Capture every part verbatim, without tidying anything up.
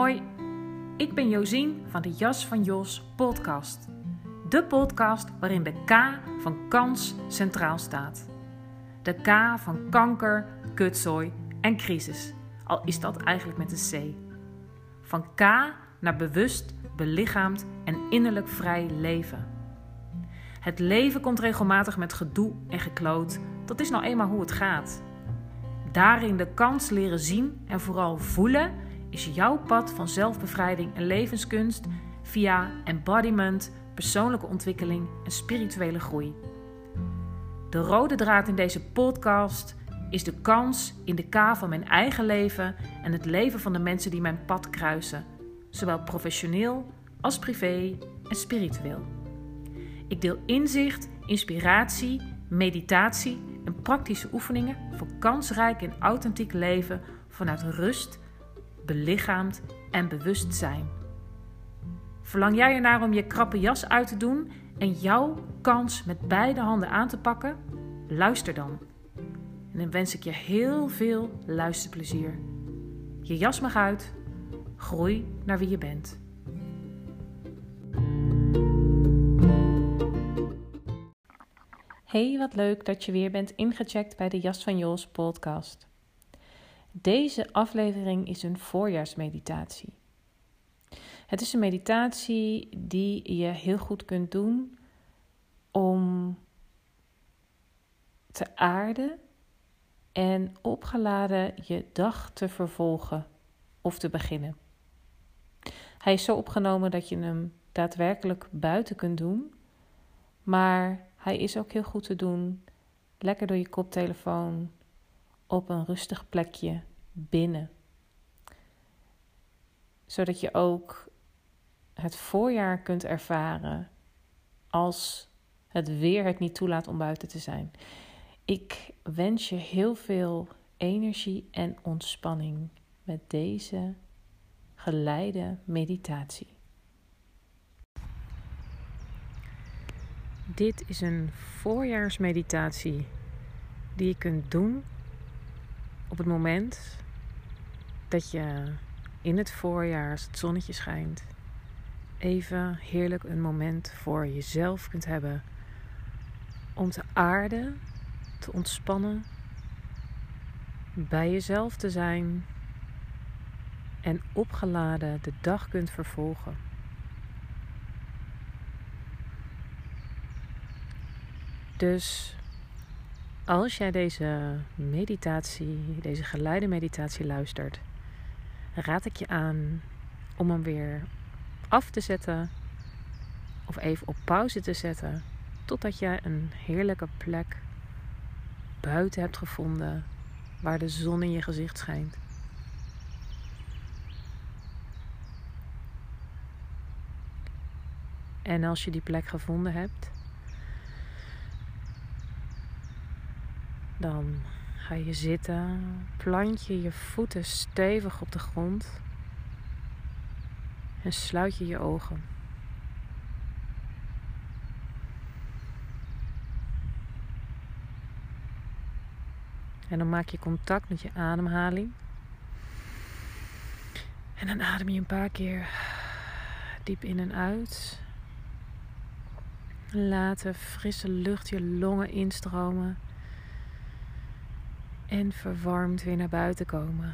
Hoi, ik ben Josien van de Jas van Jos podcast. De podcast waarin de K van kans centraal staat. De K van kanker, kutzooi en crisis. Al is dat eigenlijk met een C. Van K naar bewust, belichaamd en innerlijk vrij leven. Het leven komt regelmatig met gedoe en gekloot. Dat is nou eenmaal hoe het gaat. Daarin de kans leren zien en vooral voelen is jouw pad van zelfbevrijding en levenskunst via embodiment, persoonlijke ontwikkeling en spirituele groei. De rode draad in deze podcast is de kans in de K van mijn eigen leven en het leven van de mensen die mijn pad kruisen, zowel professioneel als privé en spiritueel. Ik deel inzicht, inspiratie, meditatie en praktische oefeningen voor kansrijk en authentiek leven vanuit rust, belichaamd en bewustzijn. Verlang jij ernaar om je krappe jas uit te doen en jouw kans met beide handen aan te pakken? Luister dan. En dan wens ik je heel veel luisterplezier. Je jas mag uit. Groei naar wie je bent. Hey, wat leuk dat je weer bent ingecheckt bij de Jas van Jos podcast. Deze aflevering is een voorjaarsmeditatie. Het is een meditatie die je heel goed kunt doen om te aarden en opgeladen je dag te vervolgen of te beginnen. Hij is zo opgenomen dat je hem daadwerkelijk buiten kunt doen, maar hij is ook heel goed te doen lekker door je koptelefoon op een rustig plekje binnen. Zodat je ook het voorjaar kunt ervaren als het weer het niet toelaat om buiten te zijn. Ik wens je heel veel energie en ontspanning met deze geleide meditatie. Dit is een voorjaarsmeditatie die je kunt doen op het moment dat je in het voorjaar, als het zonnetje schijnt, even heerlijk een moment voor jezelf kunt hebben om te aarden, te ontspannen, bij jezelf te zijn en opgeladen de dag kunt vervolgen. Dus als jij deze meditatie, deze geleide meditatie luistert, raad ik je aan om hem weer af te zetten of even op pauze te zetten, totdat je een heerlijke plek buiten hebt gevonden waar de zon in je gezicht schijnt. En als je die plek gevonden hebt, dan ga je zitten, plant je je voeten stevig op de grond en sluit je je ogen. En dan maak je contact met je ademhaling. En dan adem je een paar keer diep in en uit. Laat de frisse lucht je longen instromen. En verwarmd weer naar buiten komen.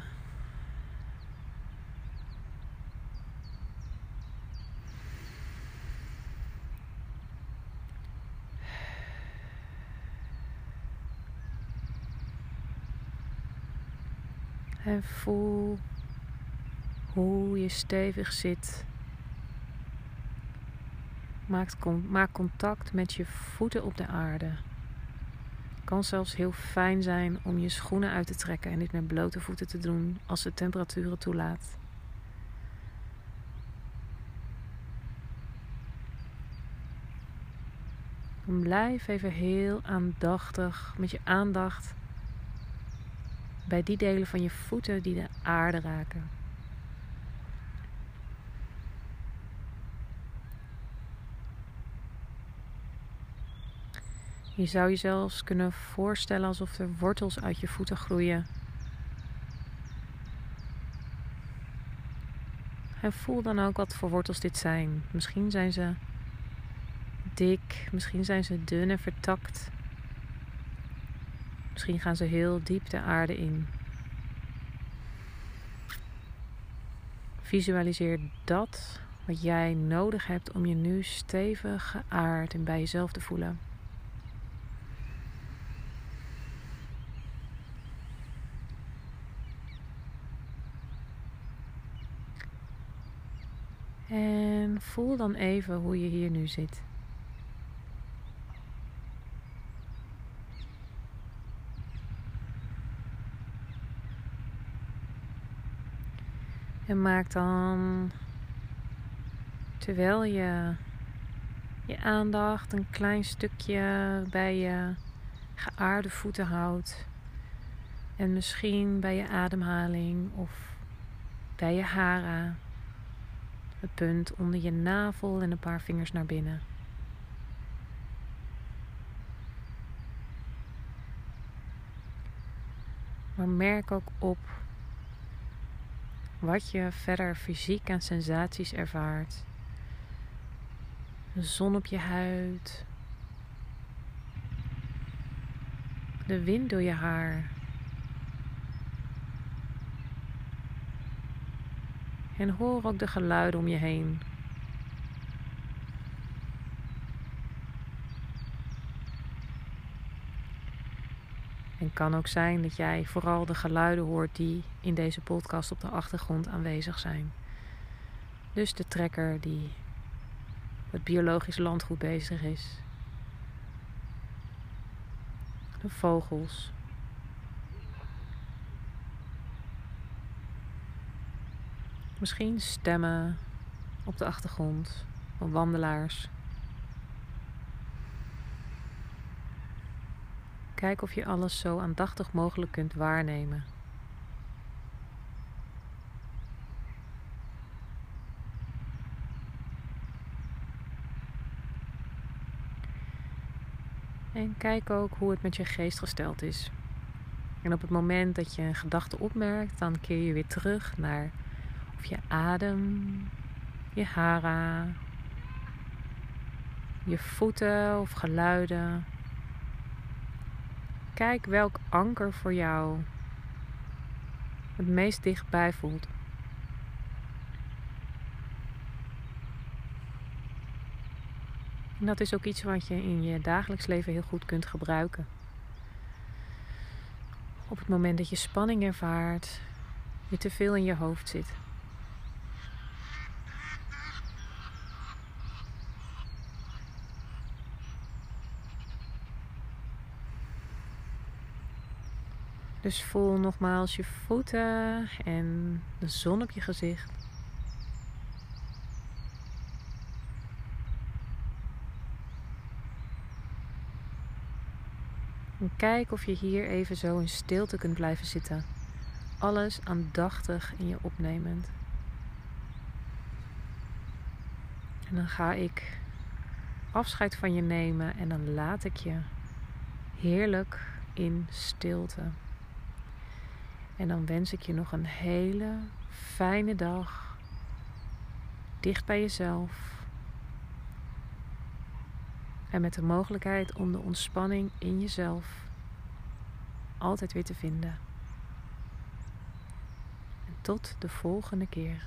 En voel hoe je stevig zit. Maak, maak contact met je voeten op de aarde. Het kan zelfs heel fijn zijn om je schoenen uit te trekken en dit met blote voeten te doen als de temperatuur het toelaat. En blijf even heel aandachtig met je aandacht bij die delen van je voeten die de aarde raken. Je zou je zelfs kunnen voorstellen alsof er wortels uit je voeten groeien. En voel dan ook wat voor wortels dit zijn. Misschien zijn ze dik, misschien zijn ze dun en vertakt. Misschien gaan ze heel diep de aarde in. Visualiseer dat wat jij nodig hebt om je nu stevig geaard en bij jezelf te voelen. En voel dan even hoe je hier nu zit. En maak dan, terwijl je je aandacht een klein stukje bij je geaarde voeten houdt. En misschien bij je ademhaling of bij je haren. Het punt onder je navel en een paar vingers naar binnen. Maar merk ook op wat je verder fysiek aan sensaties ervaart. De zon op je huid. De wind door je haar. En hoor ook de geluiden om je heen. En kan ook zijn dat jij vooral de geluiden hoort die in deze podcast op de achtergrond aanwezig zijn. Dus de trekker die het biologisch landgoed bezig is. De vogels. Misschien stemmen op de achtergrond van wandelaars. Kijk of je alles zo aandachtig mogelijk kunt waarnemen. En kijk ook hoe het met je geest gesteld is. En op het moment dat je een gedachte opmerkt, dan keer je weer terug naar of je adem, je hara, je voeten of geluiden. Kijk welk anker voor jou het meest dichtbij voelt. En dat is ook iets wat je in je dagelijks leven heel goed kunt gebruiken. Op het moment dat je spanning ervaart, je te veel in je hoofd zit. Dus voel nogmaals je voeten en de zon op je gezicht. En kijk of je hier even zo in stilte kunt blijven zitten. Alles aandachtig in je opnemend. En dan ga ik afscheid van je nemen en dan laat ik je heerlijk in stilte. En dan wens ik je nog een hele fijne dag. Dicht bij jezelf. En met de mogelijkheid om de ontspanning in jezelf altijd weer te vinden. En tot de volgende keer.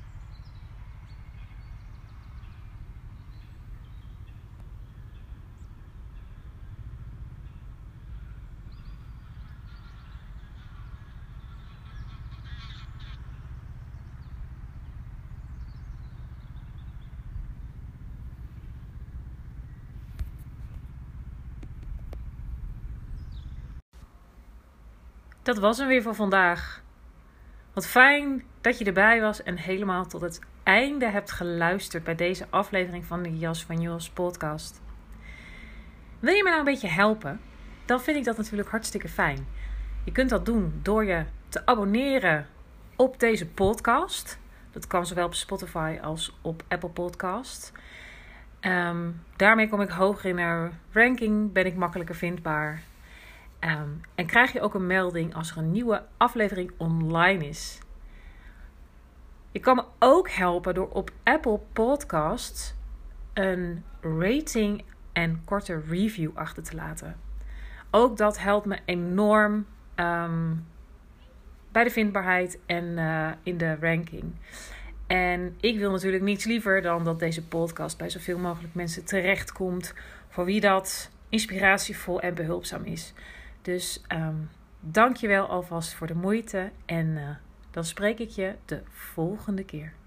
Dat was hem weer voor vandaag. Wat fijn dat je erbij was en helemaal tot het einde hebt geluisterd bij deze aflevering van de Jas van Jos podcast. Wil je me nou een beetje helpen? Dan vind ik dat natuurlijk hartstikke fijn. Je kunt dat doen door je te abonneren op deze podcast. Dat kan zowel op Spotify als op Apple Podcast. Um, daarmee kom ik hoger in de ranking, ben ik makkelijker vindbaar. Um, en krijg je ook een melding als er een nieuwe aflevering online is. Je kan me ook helpen door op Apple Podcasts een rating en korte review achter te laten. Ook dat helpt me enorm um, bij de vindbaarheid en uh, in de ranking. En ik wil natuurlijk niets liever dan dat deze podcast bij zoveel mogelijk mensen terechtkomt, voor wie dat inspiratievol en behulpzaam is. Dus um, dank je wel alvast voor de moeite en uh, dan spreek ik je de volgende keer.